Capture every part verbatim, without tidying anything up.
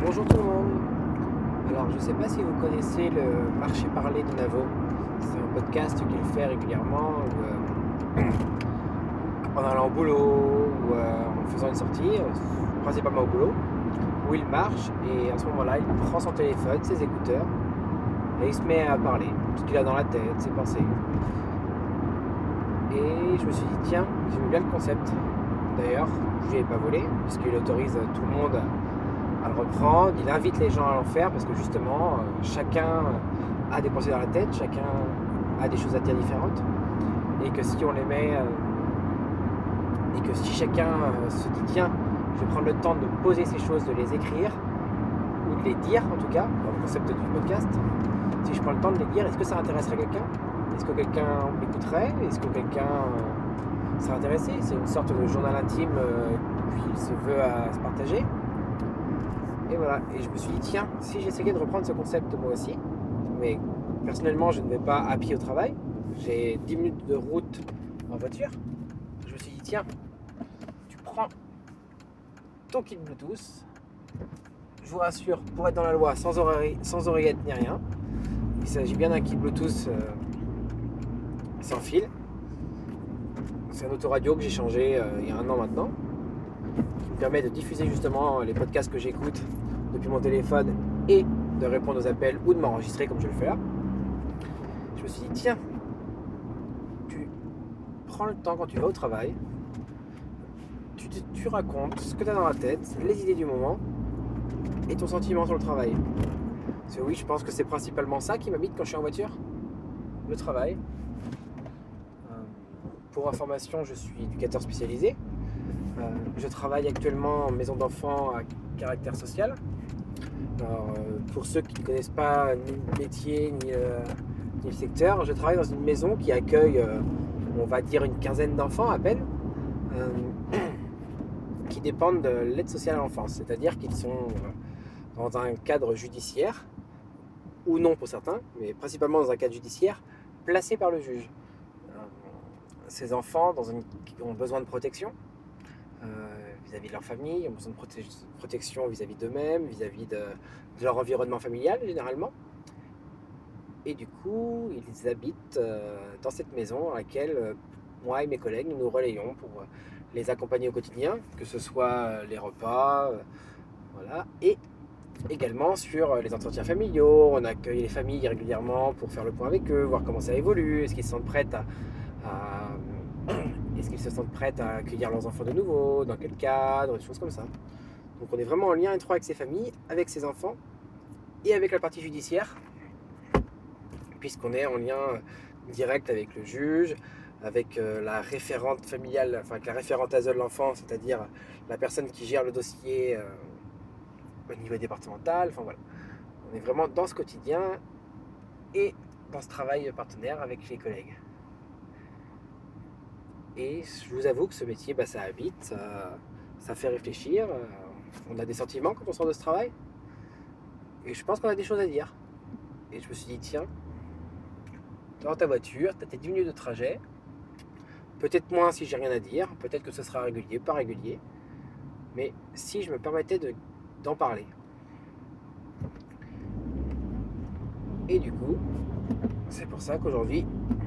Bonjour tout le monde. Alors je ne sais pas si vous connaissez le marché parlé de Navo. C'est un podcast qu'il fait régulièrement où, euh, en allant au boulot ou euh, en faisant une sortie, euh, principalement au boulot, où il marche et à ce moment-là il prend son téléphone, ses écouteurs et il se met à parler, ce qu'il a dans la tête, ses pensées. Et je me suis dit tiens, j'aime bien le concept. D'ailleurs, je lui ai pas volé puisqu'il autorise tout le monde à le reprendre, il invite les gens à l'en faire parce que justement euh, chacun a des pensées dans la tête, chacun a des choses à dire différentes et que si on les met euh, et que si chacun euh, se dit tiens, je vais prendre le temps de poser ces choses, de les écrire ou de les dire en tout cas, dans le concept du podcast, si je prends le temps de les dire, est-ce que ça intéresserait quelqu'un? Est-ce que quelqu'un m'écouterait? Est-ce que quelqu'un euh, serait intéressé? C'est une sorte de journal intime euh, qu'il se veut à se partager. Et voilà, et je me suis dit tiens, si j'essayais de reprendre ce concept moi aussi, mais personnellement je ne vais pas à pied au travail, j'ai dix minutes de route en voiture, je me suis dit tiens, tu prends ton kit Bluetooth, je vous rassure, pour être dans la loi sans, oreille, sans oreillette ni rien, il s'agit bien d'un kit Bluetooth euh, sans fil, c'est un autoradio que j'ai changé euh, il y a un an maintenant, qui me permet de diffuser justement les podcasts que j'écoute depuis mon téléphone et de répondre aux appels ou de m'enregistrer comme je le fais là. Je me suis dit tiens, tu prends le temps quand tu vas au travail, tu, tu racontes ce que tu as dans la tête, les idées du moment et ton sentiment sur le travail. Parce que oui, je pense que c'est principalement ça qui m'habite quand je suis en voiture, le travail. Euh, pour information, je suis éducateur spécialisé. Euh, je travaille actuellement en maison d'enfants à caractère social. Alors, euh, pour ceux qui ne connaissent pas ni le métier ni, euh, ni le secteur, je travaille dans une maison qui accueille, euh, on va dire, une quinzaine d'enfants à peine, euh, qui dépendent de l'aide sociale à l'enfance, c'est-à-dire qu'ils sont euh, dans un cadre judiciaire, ou non pour certains, mais principalement dans un cadre judiciaire, placés par le juge. Euh, ces enfants dans une, ont besoin de protection, Euh, vis-à-vis de leur famille, ont besoin de proté- protection vis-à-vis d'eux-mêmes, vis-à-vis de, de leur environnement familial généralement. Et du coup, ils habitent euh, dans cette maison dans laquelle euh, moi et mes collègues nous nous relayons pour euh, les accompagner au quotidien, que ce soit euh, les repas, euh, voilà, et également sur euh, les entretiens familiaux. On accueille les familles régulièrement pour faire le point avec eux, voir comment ça évolue, est-ce qu'ils se sentent prêts à, à est-ce qu'ils se sentent prêts à accueillir leurs enfants de nouveau, dans quel cadre, des choses comme ça. Donc on est vraiment en lien étroit avec ces familles, avec ces enfants et avec la partie judiciaire, puisqu'on est en lien direct avec le juge, avec euh, la référente familiale, enfin avec la référente A S E de l'enfant, c'est-à-dire la personne qui gère le dossier euh, au niveau départemental. Enfin voilà, on est vraiment dans ce quotidien et dans ce travail partenaire avec les collègues. Et je vous avoue que ce métier, bah, ça habite, ça, ça fait réfléchir. Euh, on a des sentiments quand on sort de ce travail. Et je pense qu'on a des choses à dire. Et je me suis dit, tiens, dans ta voiture, tu as tes dix minutes de trajet. Peut-être moins si j'ai rien à dire. Peut-être que ce sera régulier, pas régulier. Mais si je me permettais de, d'en parler. Et du coup, c'est pour ça qu'aujourd'hui,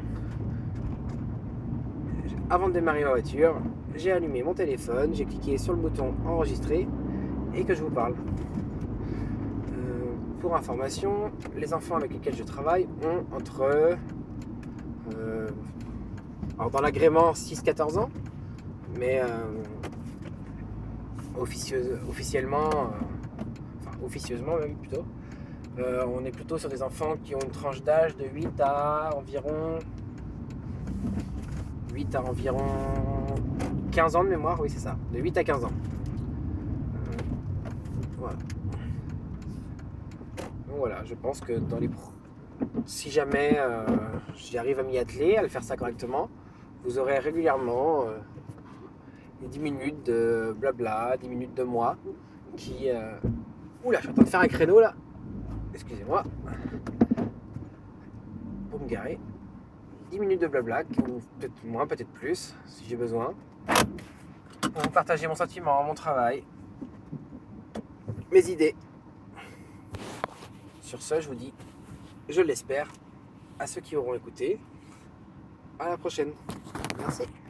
avant de démarrer ma voiture, j'ai allumé mon téléphone, j'ai cliqué sur le bouton enregistrer et que je vous parle. Euh, pour information, les enfants avec lesquels je travaille ont entre euh, alors dans l'agrément six quatorze ans, mais euh, officieuse, officiellement, euh, enfin officieusement même plutôt, euh, on est plutôt sur des enfants qui ont une tranche d'âge de huit à environ huit à environ quinze ans de mémoire, oui c'est ça, de huit à quinze ans. Euh, voilà. Donc voilà, je pense que dans les pro- si jamais euh, j'y arrive à m'y atteler, à le faire ça correctement, vous aurez régulièrement euh, dix minutes de blabla, dix minutes de moi qui... Euh... Oula, je suis en train de faire un créneau là. Excusez-moi. Pour me garer. dix minutes de blabla, ou peut-être moins, peut-être plus, si j'ai besoin. Pour vous partager mon sentiment, mon travail, mes idées. Sur ce, je vous dis, je l'espère, à ceux qui auront écouté, à la prochaine. Merci.